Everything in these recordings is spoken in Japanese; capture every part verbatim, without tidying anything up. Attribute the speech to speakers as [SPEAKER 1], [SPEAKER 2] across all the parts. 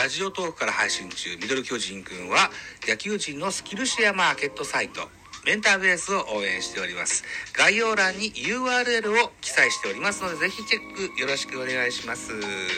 [SPEAKER 1] ラジオトークから配信中、ミドル巨人くんは野球人のスキルシェアマーケットサイトメンターベースを応援しております。概要欄に ユーアールエル を記載しておりますので、ぜひチェックよろしくお願いします。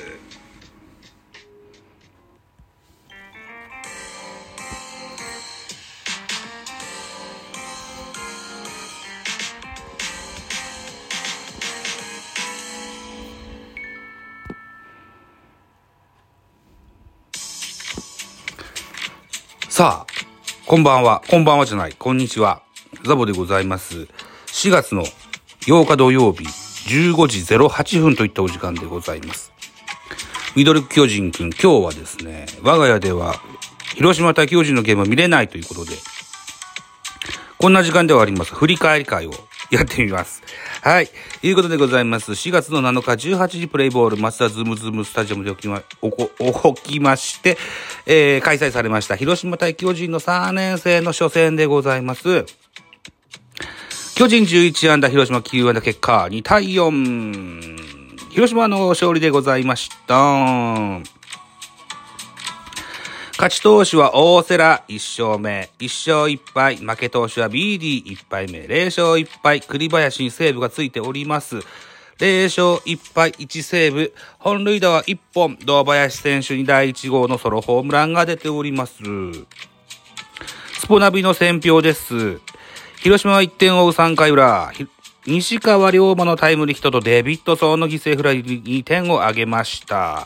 [SPEAKER 1] さあ、こんばんは。こんばんはじゃない。こんにちは。ザボでございます。しがつのようか土曜日、じゅうごじぜろはちふんといったお時間でございます。ミドル巨人くん、今日はですね、我が家では広島対巨人のゲームは見れないということで、こんな時間ではあります。振り返り会をやってみます。はい。ということでございます。しがつのなのかじゅうはちじプレイボールマツダズームズームスタジアムで起きま、おこ、起きまして、えー、開催されました広島対巨人のさんねん生の初戦でございます。巨人じゅういちあんだ、広島きゅうあんだ、結果にたいよん。広島の勝利でございました。勝ち投手は大瀬良いっしょうめ、いっしょういっぱい、負け投手は ビーディーいちぱいめ、ぜろしょういっぱい、栗林にセーブがついております。ぜろしょういっぱい、いちセーブ、本塁打はいっぽん、堂林選手にだいいち号のソロホームランが出ております。スポナビの選評です。広島はいってんを追うさんかい裏、西川龍馬のタイムリーヒットとデビッドソンの犠牲フライににてんを挙げました。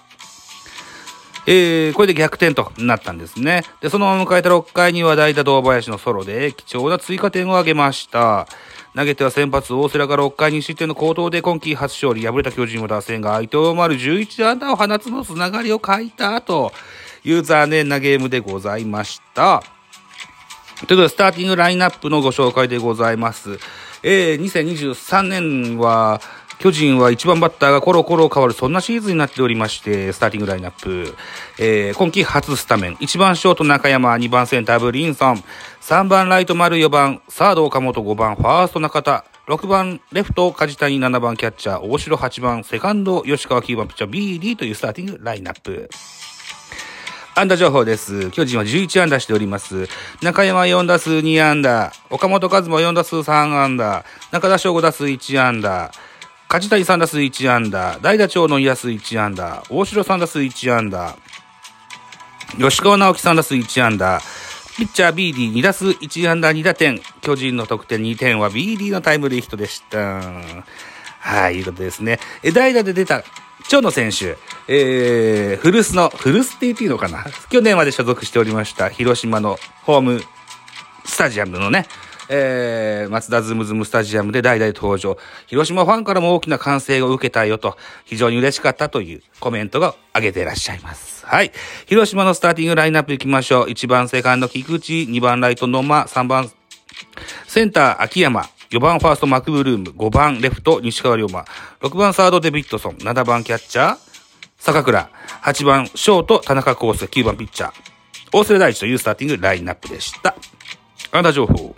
[SPEAKER 1] えー、これで逆転となったんですね。で、そのまま迎えたろっかいには代打堂林のソロで貴重な追加点を挙げました。投げては先発大瀬良がろっかいに失点の好投で今季初勝利。敗れた巨人は打線が相手を上回るじゅういちあんだを放つのつながりを欠いたという残念なゲームでございました。ということで、スターティングラインナップのご紹介でございます。えー、にせんにじゅうさんねんは、巨人はいちばんバッターがコロコロ変わる、そんなシーズンになっておりまして、スターティングラインナップ。えー、今季初スタメン。いちばんショート中山、にばんセンターブリンソン、さんばんライト丸、よばんサード岡本、ごばんファースト中田、ろくばんレフト梶谷、ななばんキャッチャー大城、はちばんセカンド吉川、きゅうばんピッチャー ビーディー というスターティングラインナップ。安打情報です。巨人はじゅういちあんだしております。中山よんだすうにあんだ、岡本和真よんだすうさんあんだ、中田翔ごだすういちあんだ、梶谷さんだすういちあんだ、代打長野いやすいちあんだ、大城さんだすういちあんだ、吉川直樹さんだすういちあんだ、ピッチャー ビーディーにだすういちあんだにだてん、巨人の得点にてんは ビーディー のタイムリーヒットでした。はい、いうことですね。え、代打で出た長野選手、えー、古巣の、古巣って言っていいのかな、去年まで所属しておりました広島のホームスタジアムのね、えー、マツダズムズムスタジアムで代々登場。広島ファンからも大きな歓声を受けたよと、非常に嬉しかったというコメントが上げていらっしゃいます。はい。広島のスターティングラインナップ行きましょう。いちばんセカンド菊池、にばんライト野間、さんばんセンター秋山、よばんファーストマクブルーム、ごばんレフト西川龍馬、ろくばんサードデビッドソン、ななばんキャッチャー坂倉、はちばんショート田中康介、きゅうばんピッチャー大瀬良大地というスターティングラインナップでした。安打情報。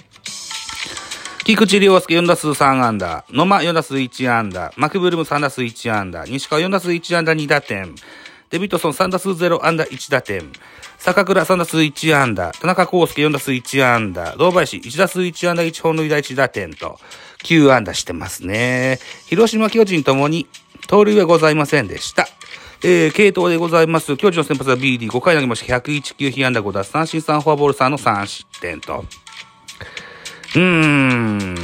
[SPEAKER 1] 菊池涼介よんだすうさんあんだ、野間よんだすういちあんだ、マクブルームさんだすういちあんだ、西川よんだすういちあんだにだてん、デビッドソンさんだすうゼロあんだいちだてん、坂倉さんだすういちあんだ、田中康介よんだすういちあんだ、堂林いちだすういちあんだいち本塁打いちだてんときゅうあんだしてますね。広島巨人ともに盗塁はございませんでした。えー、系統でございます。巨人の先発は ビーディーごかい投げましてひゃくいちきゅう被安打ご奪三振さんフォアボールさんのさん失点と。うーん。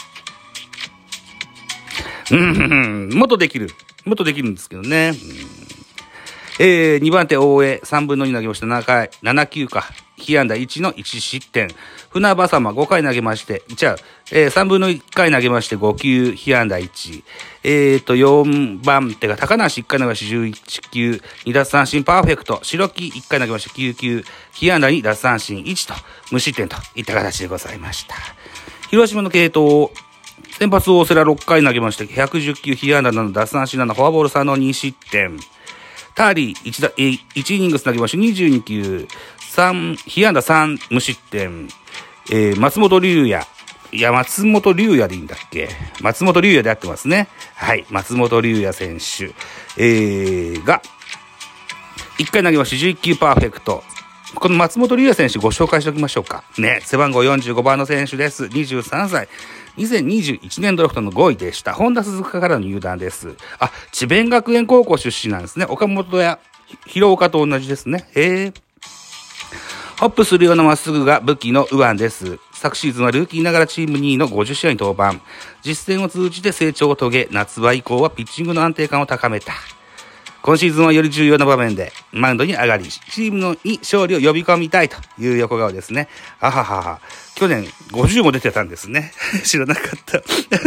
[SPEAKER 1] うーん。もっとできる。もっとできるんですけどね。えー、にばん手大江さんぶんのに投げましたななかい、ななきゅうか。被安打いちのいち失点。船場様ごかい投げまして、じゃあ、えー、さんぶんのいっかい投げましてごきゅう、被安打いち。えーと、よんばん手が高梨いっかい投げましてじゅういちきゅう、に奪三振パーフェクト。白木いっかい投げましてきゅうきゅう、被安打に奪三振いちと、無失点といった形でございました。広島の系統、先発大瀬良ろっかい投げましてひゃくじゅっきゅう、被安打なな、奪三振なな、フォアボールさんのに失点。ターリー 1, だいちイニングス投げましてにじゅうにきゅう、さん、被安打さん、無失点。えー、松本龍也。いや、松本龍也でいいんだっけ？松本龍也で合ってますね。はい。松本龍也選手、えー、が、 いっかい投げましじゅういっきゅうパーフェクト。この松本龍也選手ご紹介しておきましょうか。ね、背番号よんじゅうごばんの選手です。にじゅうさんさい。にせんにじゅういちねんドラフトのごいでした。本田鈴鹿からの入団です。あ、智弁学園高校出身なんですね。岡本や広岡と同じですね。へー。ホップするようなまっすぐが武器の右腕です。昨シーズンはルーキーながらチームにいのごじゅっしあいに登板。実戦を通じて成長を遂げ、夏場以降はピッチングの安定感を高めた。今シーズンはより重要な場面でマウンドに上がり、チームのに勝利を呼び込みたいという横顔ですね。あははは。去年ごじゅうも出てたんですね。知らなかった。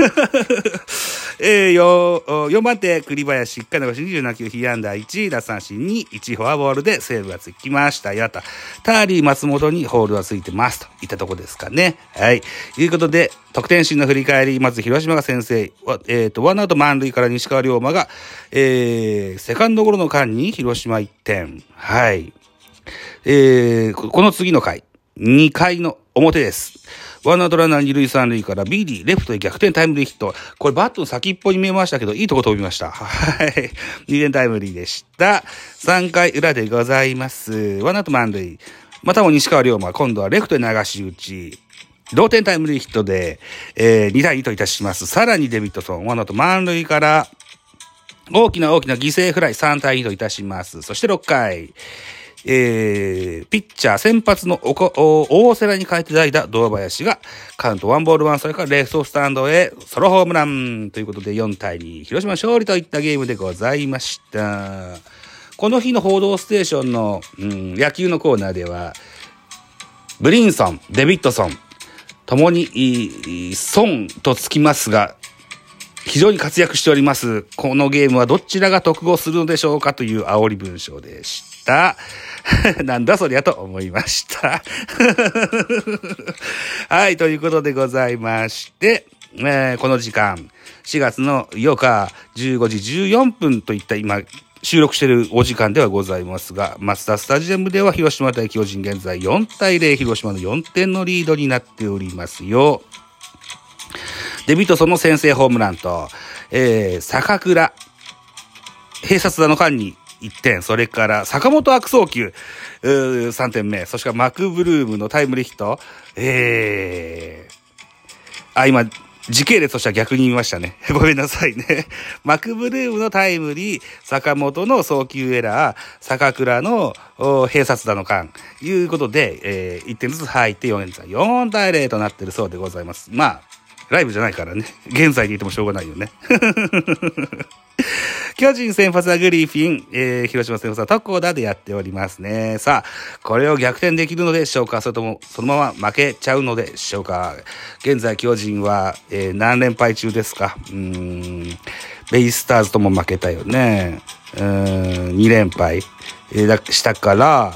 [SPEAKER 1] えー、よ、よんばん手、栗林、いっかいのにじゅうななきゅう、被安打いち、奪三振に、いちフォアボールでセーブがつきました。やった。ターリー松本にホールはついてますといったとこですかね。はい。ということで、得点シーンの振り返り、まず広島が先制。えっと、ワンアウト満塁から西川龍馬が、えー、セカンドゴロの間に広島いってん。はい。えー、この次の回、にかいの表です。ワンアウトランナー二塁三塁からビーディーレフトへ逆転タイムリーヒット。これバットの先っぽに見えましたけど、いいとこ飛びました。はい。にてんタイムリーでした。さんかい裏でございます。ワンアウト満塁。またも西川龍馬、今度はレフトへ流し打ち。同点タイムリーヒットで、えー、にたいにといたします。さらにデビッドソン、ワンアウト満塁から、大きな大きな犠牲フライさんたいにといたします。そしてろっかい。えー、ピッチャー先発のおこお大瀬良に変えて代打堂林がカウントワンボールワンストライクからレフトスタンドへソロホームランということでよんたいに広島勝利といったゲームでございました。この日の報道ステーションの、うん、野球のコーナーではブリンソン、デビッドソンともにソンとつきますが非常に活躍しております。このゲームはどちらが得をするのでしょうかという煽り文章でした。なんだそりゃと思いました。はい、ということでございまして、えー、この時間、しがつのようかじゅうごじじゅうよんぷんといった今、収録しているお時間ではございますが、マツダスタジアムでは広島対巨人現在よんたいゼロ広島のよんてんのリードになっておりますよ。デビッドソンの先制ホームランと、えー、坂倉、併殺打の間にいってん、それから坂本悪送球、さんてんめ、そしてマクブルームのタイムリーヒット、えー、あ、今、時系列としては逆に見ましたね。ごめんなさいね。マクブルームのタイムリー、坂本の送球エラー、坂倉の併殺打の間、いうことで、えー、いってんずつ入ってよんたいゼロとなっているそうでございます。まあ、ライブじゃないからね。現在にいてもしょうがないよね。巨人先発はグリフィン、えー、広島先発は床田でやっておりますね。さあ、これを逆転できるのでしょうか、それともそのまま負けちゃうのでしょうか。現在巨人は、えー、何連敗中ですか。うーん、ベイスターズとも負けたよね。うーん、にれんぱい、えー、したから、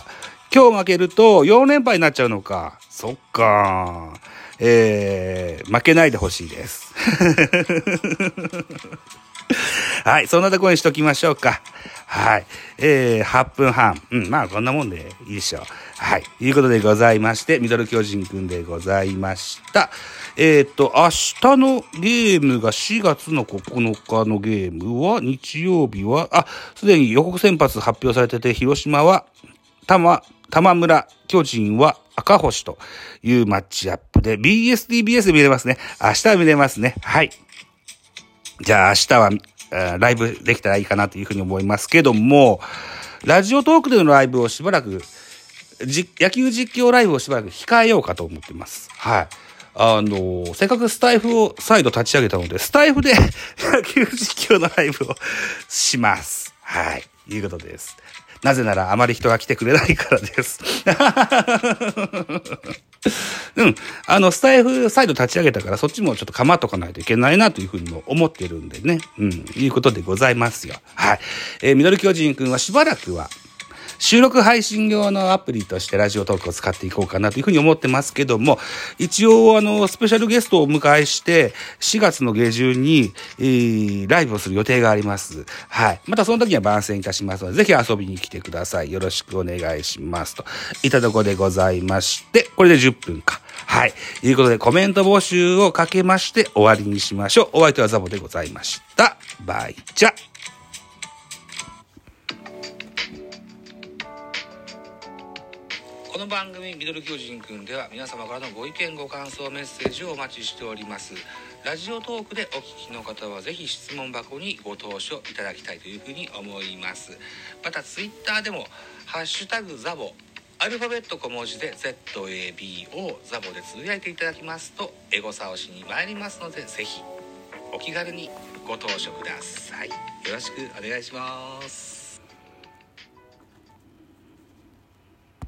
[SPEAKER 1] 今日負けるとよんれんぱいになっちゃうのか。そっか。えー、負けないでほしいです。はい、そんなところにしときましょうか。はい、えー、はっぷんはん。うん、まあこんなもんでいいでしょう。はい、いうことでございまして、ミドル巨人くんでございました。えー、っと、明日のゲームがしがつのここのかのゲームは、日曜日は、あ、すでに予告先発発表されてて、広島は、玉、玉村、巨人は赤星というマッチアップで、ビーエスティービーエス で見れますね。明日は見れますね。はい。じゃあ明日は、ライブできたらいいかなというふうに思いますけども、ラジオトークでのライブをしばらく、じ野球実況ライブをしばらく控えようかと思ってます。はい。あの、せっかくスタイフを再度立ち上げたので、スタイフで野球実況のライブをします。はい。いうことです。なぜならあまり人が来てくれないからです。うん。あの、スタイフ再度立ち上げたから、そっちもちょっと構っとかないといけないなというふうにも思ってるんでね。うん。いうことでございますよ。はい。えー、ミドル巨人くんはしばらくは、収録配信用のアプリとしてラジオトークを使っていこうかなというふうに思ってますけども、一応あの、スペシャルゲストをお迎えして、しがつの下旬に、えー、ライブをする予定があります。はい。またその時には番宣いたしますので、ぜひ遊びに来てください。よろしくお願いします。といったところでございまして、これでじゅっぷんか。はい。ということでコメント募集をかけまして終わりにしましょう。お相手はザボでございました。バイチャ。 この番組ミドル巨人くんでは皆様からのご意見ご感想メッセージをお待ちしております。ラジオトークでお聞きの方はぜひ質問箱にご投書いただきたいというふうに思います。またツイッターでもハッシュタグザボ、アルファベット小文字で ゼットエービーオー ザボでつぶやいていただきますとエゴサをしに参りますので、ぜひお気軽にご投書ください。よろしくお願いします。